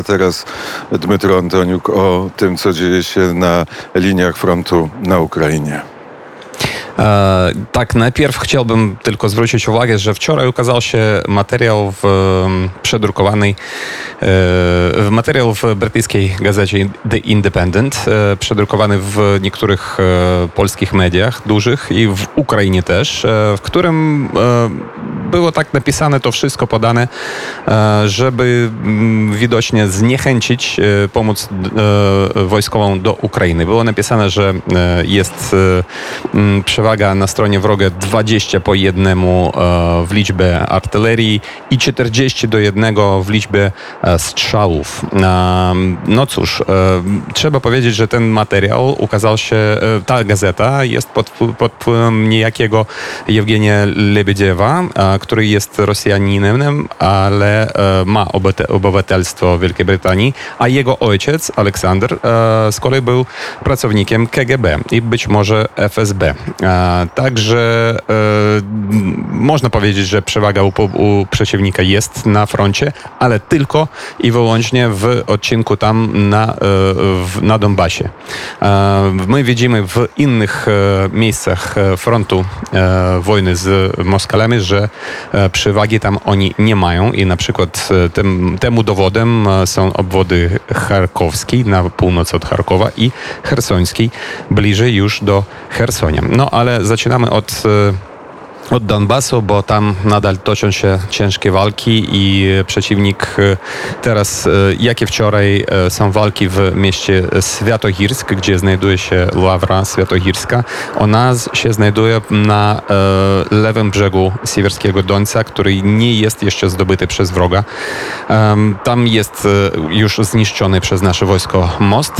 Teraz Dmytro Antoniuk o tym, co dzieje się na liniach frontu na Ukrainie. Tak, najpierw chciałbym tylko zwrócić uwagę, że wczoraj ukazał się materiał przedrukowany w brytyjskiej gazecie The Independent, przedrukowany w niektórych polskich mediach dużych i w Ukrainie też, w którym było tak napisane, to wszystko podane, żeby widocznie zniechęcić pomoc wojskową do Ukrainy. Było napisane, że jest przewaga na stronie wroga 20:1 w liczbie artylerii i 40:1 w liczbie strzałów. No cóż, trzeba powiedzieć, że ten materiał ukazał się, ta gazeta jest pod wpływem niejakiego Jewgenia Lebiediewa, który jest Rosjaninem, ale ma obywatelstwo Wielkiej Brytanii, a jego ojciec, Aleksander, z kolei był pracownikiem KGB i być może FSB. Także można powiedzieć, że przewaga u przeciwnika jest na froncie, ale tylko i wyłącznie w odcinku tam na Donbasie. My widzimy w innych miejscach frontu wojny z Moskalami, że przewagi tam oni nie mają i na przykład temu dowodem są obwody charkowski na północ od Charkowa i chersoński bliżej już do Chersonia. No ale zaczynamy od Donbasu, bo tam nadal toczą się ciężkie walki i przeciwnik teraz, jak i wczoraj, są walki w mieście Świętochirsk, gdzie znajduje się Ławra Świętochirska. Ona się znajduje na lewym brzegu Siewierskiego Dońca, który nie jest jeszcze zdobyty przez wroga. Tam jest już zniszczony przez nasze wojsko most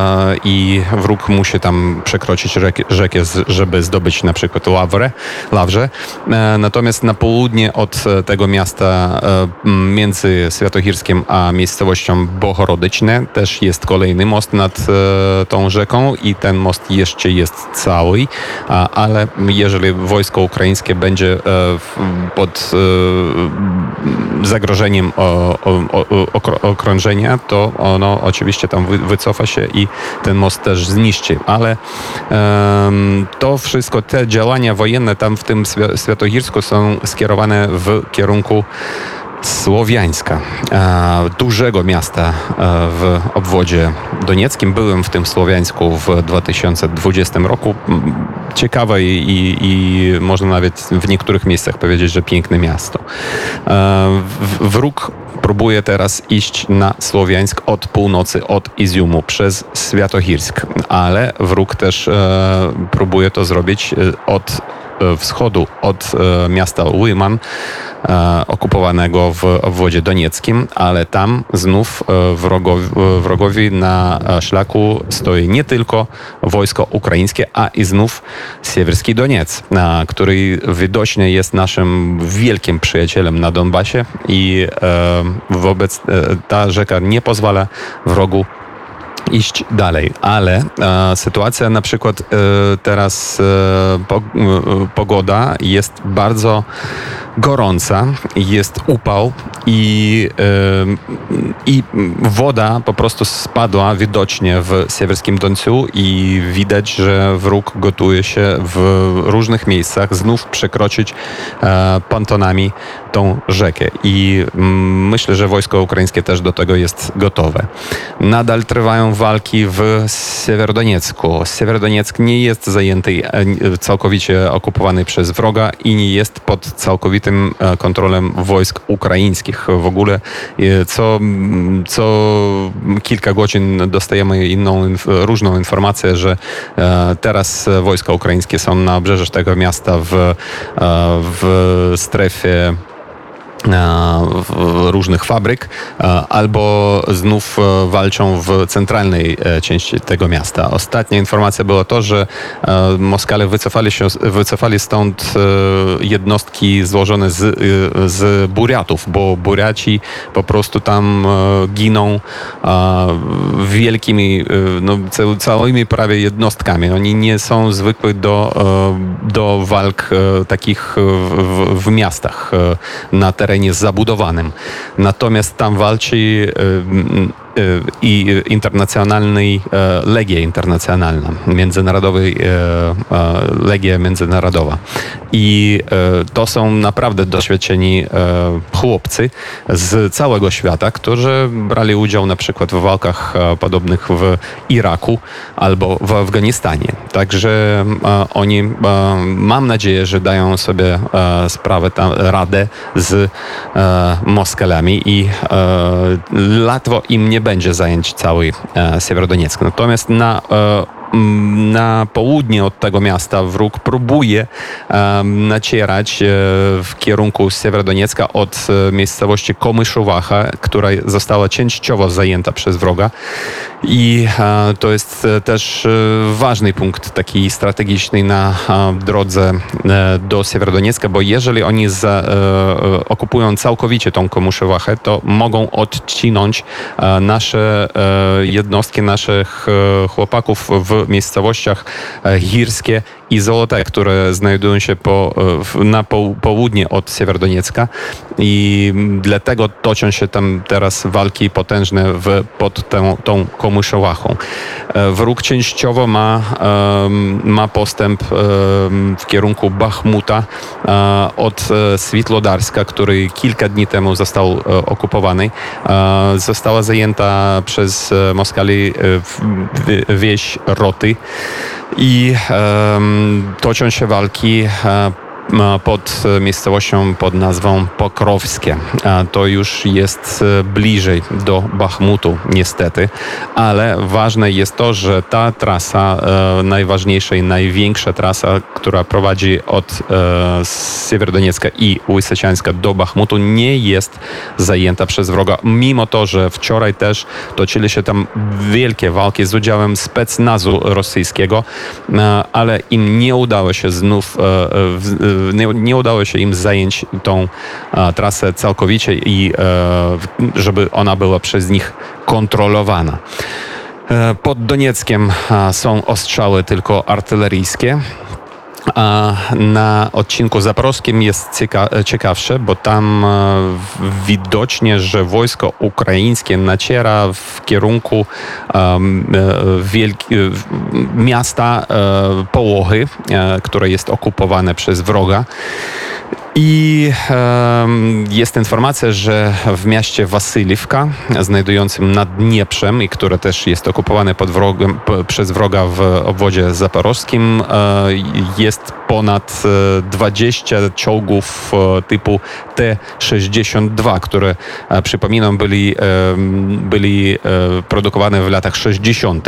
i wróg musi tam przekroczyć rzekę, żeby zdobyć na przykład Ławrę. Natomiast na południe od tego miasta, między Świętochirskiem a miejscowością Bohorodyczne, też jest kolejny most nad tą rzeką i ten most jeszcze jest cały, ale jeżeli wojsko ukraińskie będzie pod zagrożeniem okrążenia, to ono oczywiście tam wycofa się i ten most też zniszczy. Ale to wszystko, te działania wojenne tam w tym Świętochirsku są skierowane w kierunku Słowiańska, dużego miasta w obwodzie donieckim. Byłem w tym Słowiańsku w 2020 roku. Ciekawe i można nawet w niektórych miejscach powiedzieć, że piękne miasto. Wróg próbuje teraz iść na Słowiańsk od północy, od Iziumu przez Świętochirsk, ale wróg też próbuje to zrobić od wschodu, od miasta Lyman, okupowanego w obwodzie donieckim, ale tam znów wrogowi na szlaku stoi nie tylko wojsko ukraińskie, a i znów Siewierski Doniec, który widocznie jest naszym wielkim przyjacielem na Donbasie i wobec ta rzeka nie pozwala wrogu iść dalej, ale sytuacja na przykład teraz pogoda jest bardzo gorąca, jest upał i woda po prostu spadła widocznie w Siewierskim Dońcu i widać, że wróg gotuje się w różnych miejscach znów przekroczyć pontonami tą rzekę i myślę, że wojsko ukraińskie też do tego jest gotowe. Nadal trwają walki w Siewierodoniecku. Siewierodonieck nie jest zajęty, całkowicie okupowany przez wroga i nie jest pod całkowitym kontrolą wojsk ukraińskich. W ogóle co kilka godzin dostajemy różną informację, że teraz wojska ukraińskie są na obrzeżu tego miasta w strefie różnych fabryk, albo znów walczą w centralnej części tego miasta. Ostatnia informacja była to, że Moskale wycofali stąd jednostki złożone z Buriatów, bo Buriaci po prostu tam giną wielkimi, całymi prawie jednostkami. Oni nie są zwykli do walk takich w miastach na terenie terenie zabudowanym. Natomiast tam walczy i internacjonalnej Legia Internacjonalna, międzynarodowej Legia Międzynarodowa. I to są naprawdę doświadczeni chłopcy z całego świata, którzy brali udział na przykład w walkach podobnych w Iraku albo w Afganistanie. Także oni, mam nadzieję, że dają sobie sprawę, radę z Moskalami i łatwo im nie będzie zająć cały Siewierodonieck. Natomiast na południe od tego miasta wróg próbuje nacierać w kierunku Siewierodoniecka od miejscowości Komyszowacha, która została częściowo zajęta przez wroga. I to jest też ważny punkt, taki strategiczny na drodze do Siewierodoniecka, bo jeżeli oni okupują całkowicie tą Komyszowachę, to mogą odcinąć nasze jednostki, naszych chłopaków w miejscowościach Girskie i Zolote, które znajdują się na południe od Siewierodoniecka i dlatego toczą się tam teraz walki potężne pod tą Komyszowachą. Wróg częściowo ma postęp w kierunku Bachmuta od Świtlodarska, który kilka dni temu został okupowany. Została zajęta przez Moskali wieś Roty i toczą się walki pod miejscowością pod nazwą Pokrowskie. To już jest bliżej do Bachmutu niestety, ale ważne jest to, że ta trasa, najważniejsza i największa trasa, która prowadzi od Siewierodoniecka i Łysyciańska do Bachmutu, nie jest zajęta przez wroga, mimo to, że wczoraj też toczyły się tam wielkie walki z udziałem specnazu rosyjskiego, ale im nie udało się nie udało się im zająć tą trasę całkowicie i żeby ona była przez nich kontrolowana. Pod Donieckiem są ostrzały tylko artyleryjskie. A na odcinku zaporowskim jest ciekawsze, bo tam widocznie, że wojsko ukraińskie naciera w kierunku miasta Połochy, które jest okupowane przez wroga. I jest informacja, że w mieście Wasyliwka, znajdującym nad Dnieprzem i które też jest okupowane przez wroga w obwodzie zaporowskim, jest ponad 20 czołgów typu T-62, które, przypominam, byli produkowane w latach 60.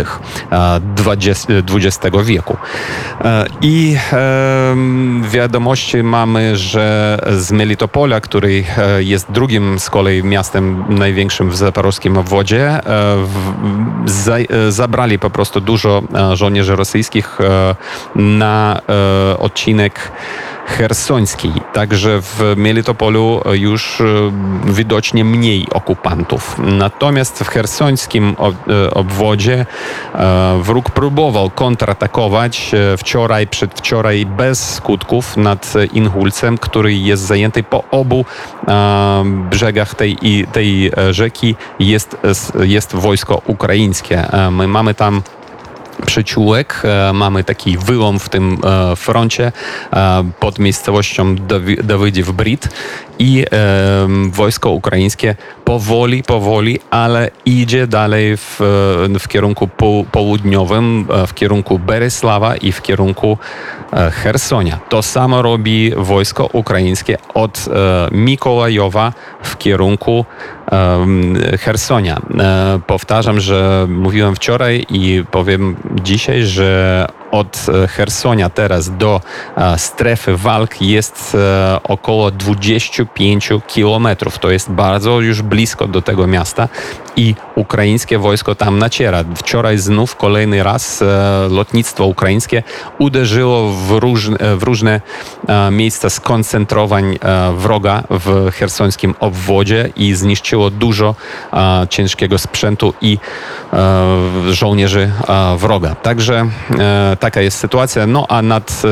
XX wieku. I wiadomości mamy, że z Melitopola, który jest drugim z kolei miastem największym w zaporowskim obwodzie, zabrali po prostu dużo żołnierzy rosyjskich na odcinek chersoński. Także w Melitopolu już widocznie mniej okupantów. Natomiast w chersońskim obwodzie wróg próbował kontratakować przedwczoraj bez skutków nad Inhulcem, który jest zajęty po obu brzegach tej rzeki. Jest wojsko ukraińskie. My mamy tam przyciółek, mamy taki wyłom w tym froncie pod miejscowością Dawydziew Brit i wojsko ukraińskie powoli, ale idzie dalej w kierunku południowym, w kierunku Berysława i w kierunku Chersonia. To samo robi wojsko ukraińskie od Mikołajowa w kierunku Chersonia. Powtarzam, że mówiłem wczoraj i powiem dzisiaj, że od Chersonia teraz do strefy walk jest około 25 kilometrów. To jest bardzo już blisko do tego miasta i ukraińskie wojsko tam naciera. Wczoraj znów kolejny raz lotnictwo ukraińskie uderzyło w różne miejsca skoncentrowań wroga w chersońskim obwodzie i zniszczyło dużo ciężkiego sprzętu i żołnierzy wroga. Także taka jest sytuacja. No a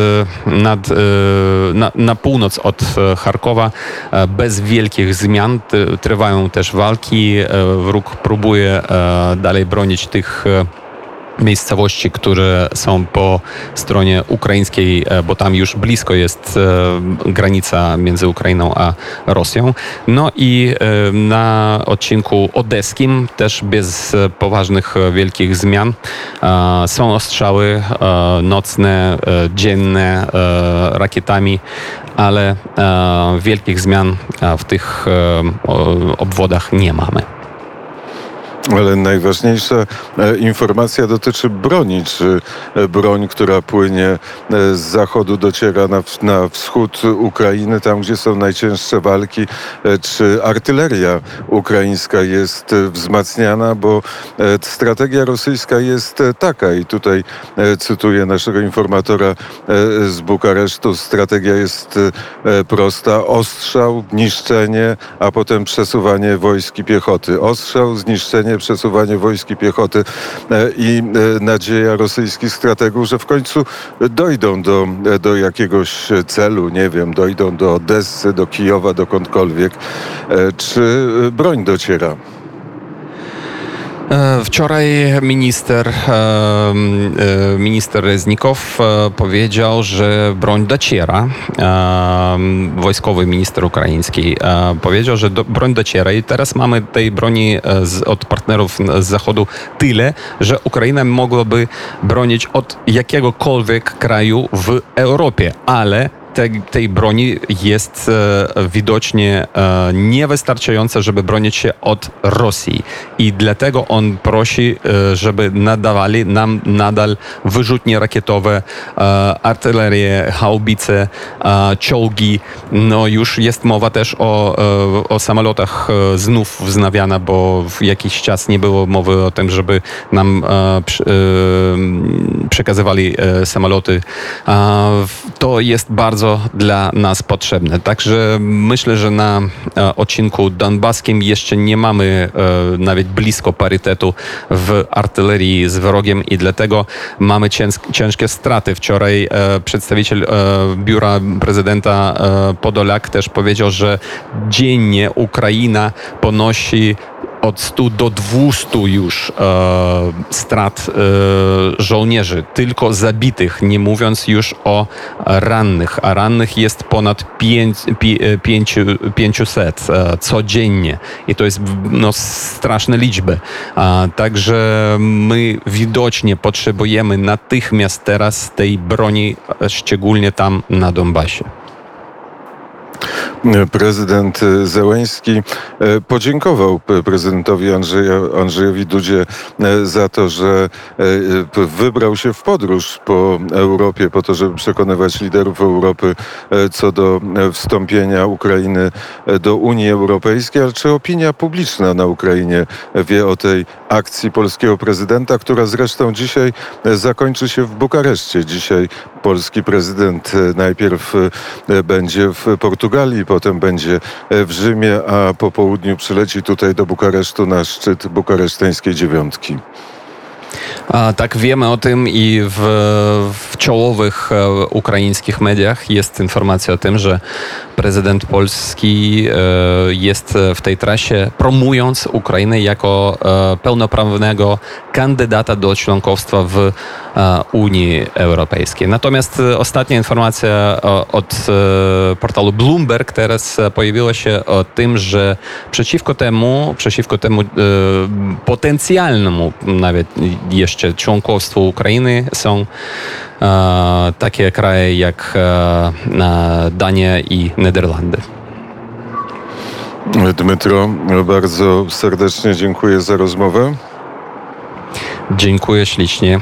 na północ od Charkowa bez wielkich zmian trwają też walki. Wróg próbuje dalej bronić tych miejscowości, które są po stronie ukraińskiej, bo tam już blisko jest granica między Ukrainą a Rosją. No i na odcinku odeskim też bez poważnych, wielkich zmian. Są ostrzały nocne, dzienne rakietami, ale wielkich zmian w tych obwodach nie mamy. Ale najważniejsza informacja dotyczy broni. Czy broń, która płynie z zachodu, dociera na wschód Ukrainy, tam gdzie są najcięższe walki? Czy artyleria ukraińska jest wzmacniana? Bo strategia rosyjska jest taka, i tutaj cytuję naszego informatora z Bukaresztu, strategia jest prosta: ostrzał, niszczenie, a potem przesuwanie wojsk i piechoty. Ostrzał, zniszczenie, przesuwanie wojsk i piechoty i nadzieja rosyjskich strategów, że w końcu dojdą do jakiegoś celu, nie wiem, dojdą do Odessy, do Kijowa, dokądkolwiek. Czy broń dociera? Wczoraj minister Reznikow powiedział, że broń dociera. Wojskowy minister ukraiński powiedział, że broń dociera i teraz mamy tej broni od partnerów z Zachodu tyle, że Ukraina mogłaby bronić od jakiegokolwiek kraju w Europie, ale tej broni jest widocznie niewystarczająca, żeby bronić się od Rosji. I dlatego on prosi, żeby nadawali nam nadal wyrzutnie rakietowe, artylerię, haubice, czołgi. No już jest mowa też o samolotach znów wznawiana, bo w jakiś czas nie było mowy o tym, żeby nam przekazywali samoloty. To jest bardzo dla nas potrzebne. Także myślę, że na odcinku donbaskim jeszcze nie mamy nawet blisko parytetu w artylerii z wrogiem i dlatego mamy ciężkie straty. Wczoraj przedstawiciel biura prezydenta Podolak też powiedział, że dziennie Ukraina ponosi od 100 do 200 już strat żołnierzy, tylko zabitych, nie mówiąc już o rannych, a rannych jest ponad 500 codziennie i to jest straszne liczby. Także my widocznie potrzebujemy natychmiast teraz tej broni, szczególnie tam na Donbasie. Prezydent Zełenski podziękował prezydentowi Andrzejowi Dudzie za to, że wybrał się w podróż po Europie po to, żeby przekonywać liderów Europy co do wstąpienia Ukrainy do Unii Europejskiej. Ale czy opinia publiczna na Ukrainie wie o tej akcji polskiego prezydenta, która zresztą dzisiaj zakończy się w Bukareszcie? Dzisiaj polski prezydent najpierw będzie w Portugalii, potem będzie w Rzymie, a po południu przyleci tutaj do Bukaresztu na szczyt bukareszteńskiej dziewiątki. Tak, wiemy o tym i w czołowych ukraińskich mediach jest informacja o tym, że prezydent Polski jest w tej trasie, promując Ukrainę jako pełnoprawnego kandydata do członkostwa w Unii Europejskiej. Natomiast ostatnia informacja od portalu Bloomberg teraz pojawiła się o tym, że przeciwko temu potencjalnemu nawet jeszcze członkostwu Ukrainy są takie kraje jak Dania i Niderlandy. Dmytro, bardzo serdecznie dziękuję za rozmowę. Dziękuję ślicznie.